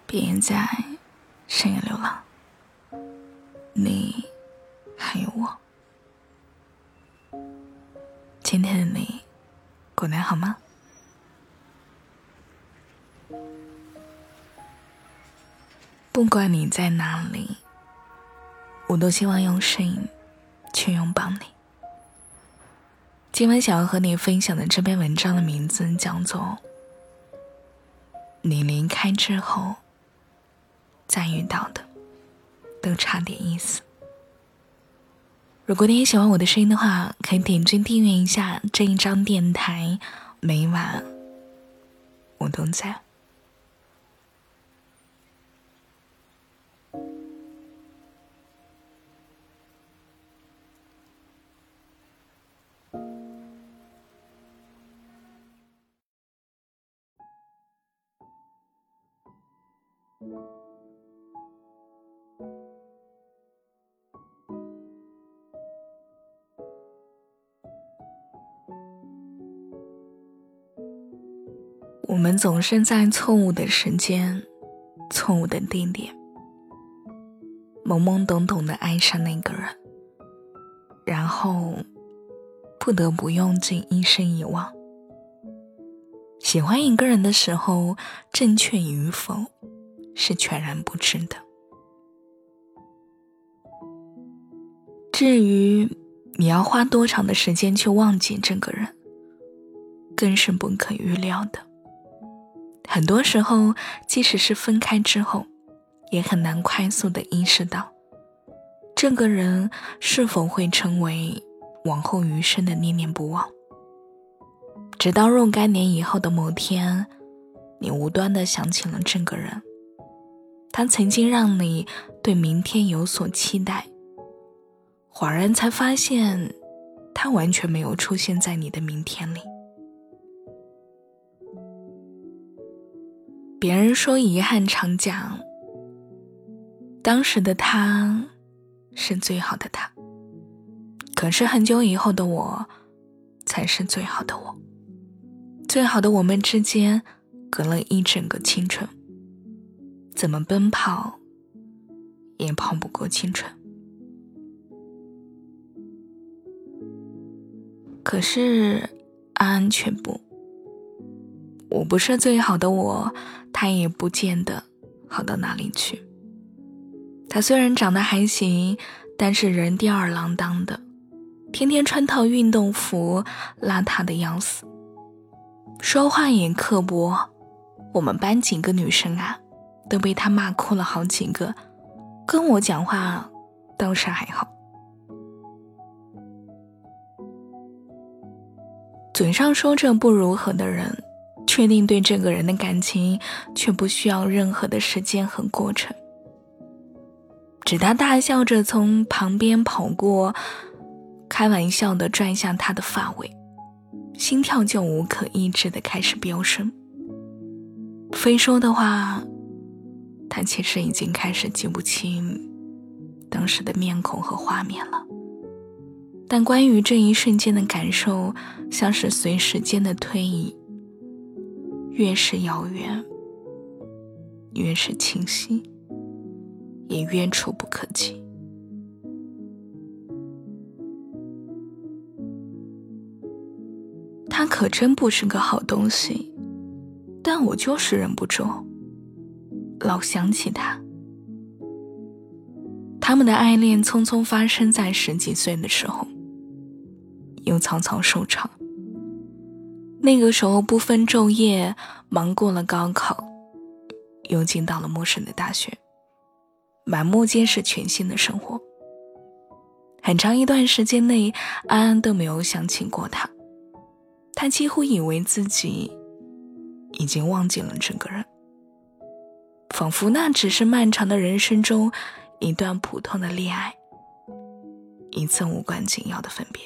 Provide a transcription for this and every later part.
别在深夜流浪，你还有我。今天的你过得好吗？不管你在哪里，我都希望用声音去拥抱你。今晚想要和你分享的这篇文章的名字叫做你离开之后再遇到的都差点意思。如果你也喜欢我的声音的话，可以点击订阅一下这一张电台，每晚我都在。我们总是在错误的时间、错误的地点，懵懵懂懂地爱上那个人，然后不得不用尽一生遗忘。喜欢一个人的时候，正确与否是全然不知的。至于你要花多长的时间去忘记这个人，更是不可预料的。很多时候，即使是分开之后，也很难快速地意识到，这个人是否会成为往后余生的念念不忘。直到若干年以后的某天，你无端地想起了这个人，他曾经让你对明天有所期待，恍然才发现，他完全没有出现在你的明天里。别人说遗憾常讲，当时的他是最好的他，可是很久以后的我才是最好的我。最好的我们之间隔了一整个青春，怎么奔跑也跑不过青春。可是安安却不，我不是最好的我，他也不见得好到哪里去。他虽然长得还行，但是人吊儿郎当的，天天穿套运动服，邋遢的要死，说话也刻薄。我们班几个女生啊，都被他骂哭了好几个，跟我讲话倒是还好。嘴上说着不如何的人，确定对这个人的感情却不需要任何的时间和过程。只他大笑着从旁边跑过，开玩笑地拽下他的发尾，心跳就无可抑制地开始飙升。非说的话，他其实已经开始记不清当时的面孔和画面了，但关于这一瞬间的感受，像是随时间的推移，越是遥远，越是清晰，也越触不可及。他可真不是个好东西，但我就是忍不住老想起他。他们的爱恋匆匆发生在10几岁的时候，又草草收场。那个时候不分昼夜，忙过了高考，又进到了陌生的大学，满目皆是全新的生活。很长一段时间内，安安都没有想起过他。他几乎以为自己已经忘记了这个人，仿佛那只是漫长的人生中一段普通的恋爱，一次无关紧要的分别。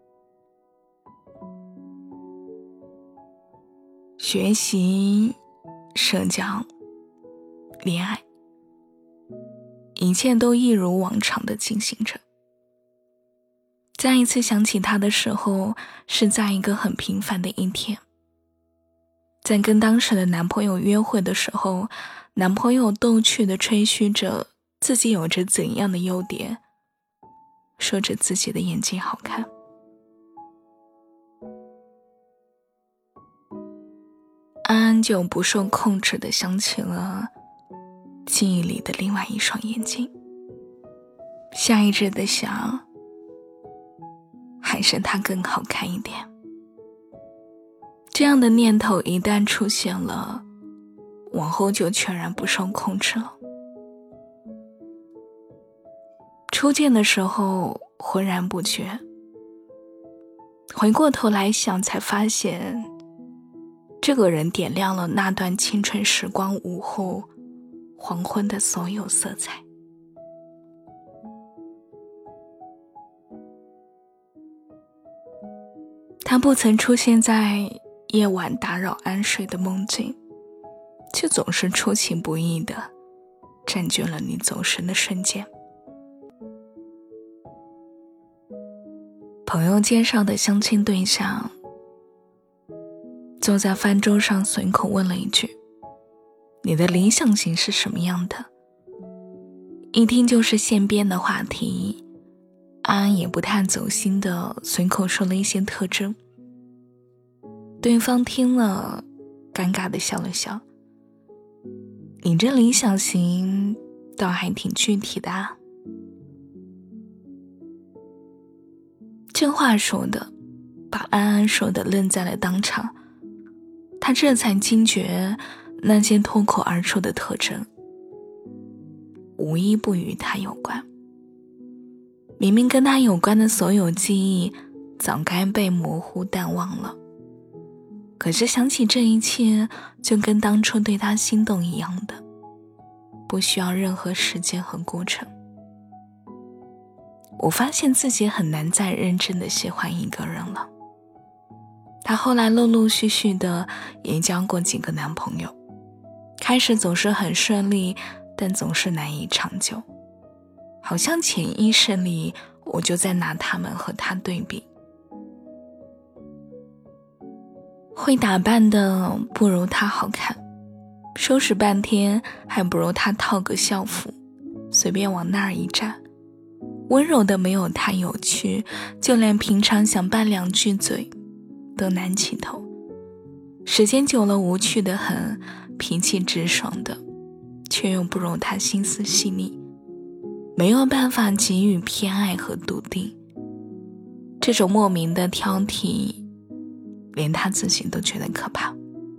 学习、社交、恋爱，一切都一如往常地进行着。再一次想起他的时候，是在一个很平凡的一天。在跟当时的男朋友约会的时候， 男朋友逗趣地吹嘘着自己有着怎样的优点，说着自己的眼睛好看。安安就不受控制地想起了记忆里的另外一双眼睛，下意识地想，还是他更好看一点。这样的念头一旦出现了，往后就全然不受控制了。初见的时候浑然不觉，回过头来想才发现，这个人点亮了那段青春时光午后黄昏的所有色彩。他不曾出现在夜晚打扰安睡的梦境，却总是出其不意地占据了你走神的瞬间。朋友介绍的相亲对象坐在饭桌上随口问了一句，你的理想型是什么样的？一听就是现编的话题，安安也不太走心的随口说了一些特征。对方听了尴尬的笑了笑，你这理想型倒还挺具体的啊。这话说的把安安说的愣在了当场，他这才惊觉那些脱口而出的特征无一不与他有关。明明跟他有关的所有记忆早该被模糊淡忘了，可是想起这一切就跟当初对他心动一样的，不需要任何时间和过程。我发现自己很难再认真的喜欢一个人了。他后来陆陆续续的也交过几个男朋友，开始总是很顺利，但总是难以长久。好像潜意识里我就在拿他们和他对比。会打扮的不如他好看，收拾半天还不如他套个校服，随便往那儿一站。温柔的没有他有趣，就连平常想拌两句嘴都难起头。时间久了无趣的很，脾气直爽的却又不如他心思细腻，没有办法给予偏爱和笃定。这种莫名的挑剔连他自己都觉得可怕。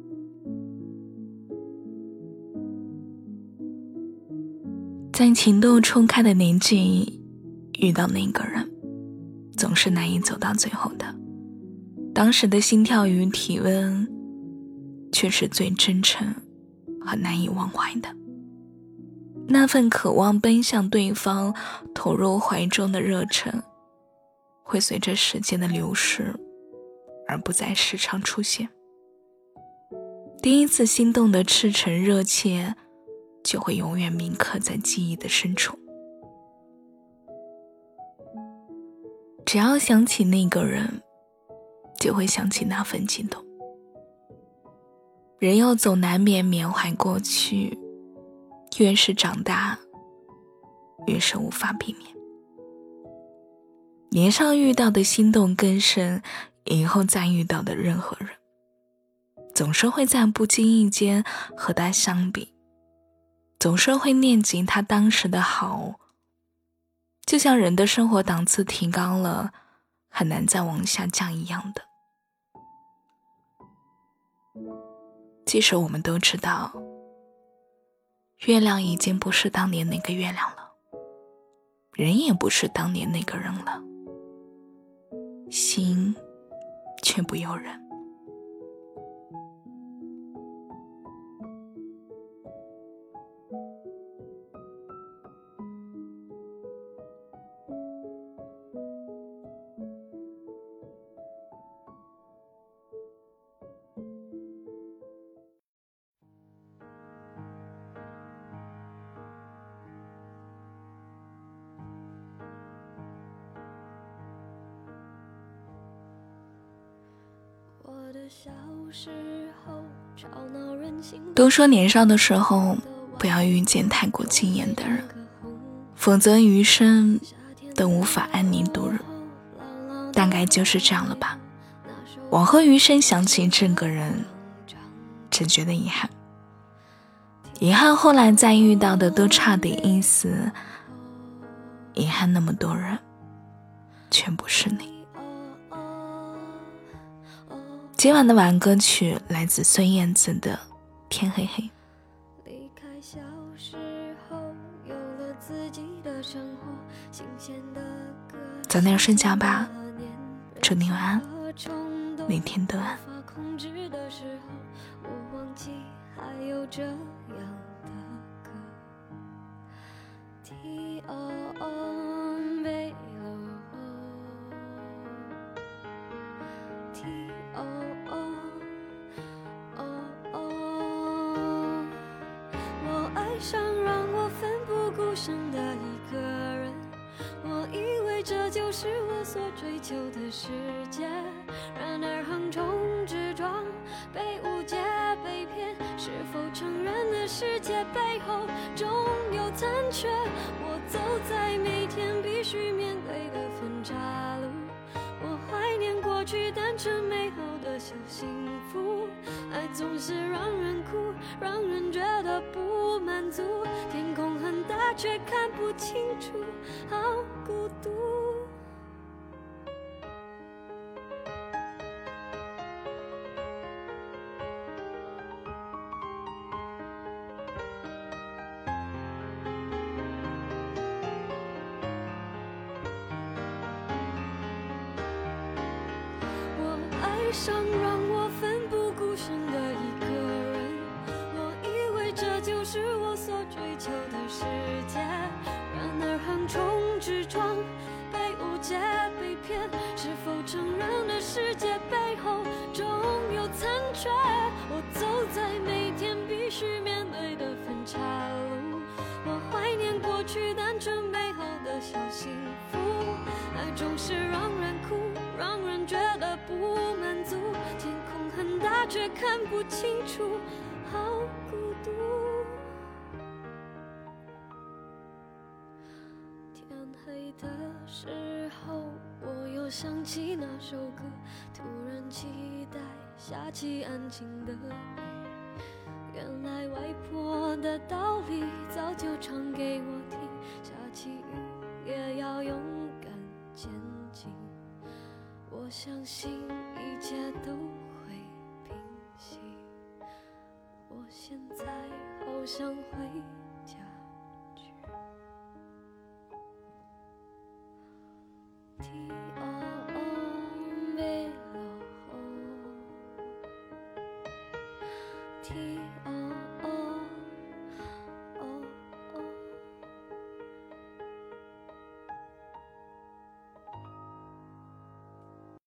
在情窦初开的年纪遇到那个人，总是难以走到最后的。当时的心跳与体温却是最真诚和难以忘怀的。那份渴望奔向对方投入怀中的热忱，会随着时间的流逝而不再时常出现。第一次心动的赤诚热切，就会永远铭刻在记忆的深处。只要想起那个人，就会想起那份激动。人又总难免缅怀过去，越是长大，越是无法避免。年少遇到的心动更深，以后再遇到的任何人，总是会在不经意间和他相比，总是会念及他当时的好。就像人的生活档次提高了，很难再往下降一样的。即使我们都知道，月亮已经不是当年那个月亮了，人也不是当年那个人了，心却不由人。都说年少的时候不要遇见太过惊艳的人，否则余生都无法安宁度日。大概就是这样了吧。往后余生想起这个人，只觉得遗憾。遗憾后来再遇到的都差点意思，遗憾那么多人，全不是你。今晚的晚安歌曲来自孙燕姿的《天黑黑》。 离开小时候，有了自己的生活，新鲜的歌， 早点睡觉吧，祝你晚安，每天都安。 控制的时候，我忘记还有这样的歌。T O O B O T O O O O， 我爱上让我奋不顾身的一个人，我以为这就是我所追求的世界，然而横冲直撞，被误解被骗，是否成人的世界背后总有残缺？我走在每天必须面对的分岔路，我怀念过去单纯美好的小幸福，爱总是让人哭，让人觉得不满足，天空很大却看不清楚，好孤独。爱上让我奋不顾身的一个人，我以为这就是我所追求的世界，然而横冲直撞，被误解被骗，是否成人的世界背后总有残缺？我走在每天必须面对的分岔路，我怀念过去单纯美好的小幸福，爱总是让人哭，让人觉得不满足，天空很大却看不清楚，好孤独。天黑的时候，我又想起那首歌，突然期待下起安静的雨，原来外婆的道理早就唱给我听，下起雨也要勇敢前进，我相信一切都会平息，我现在好想回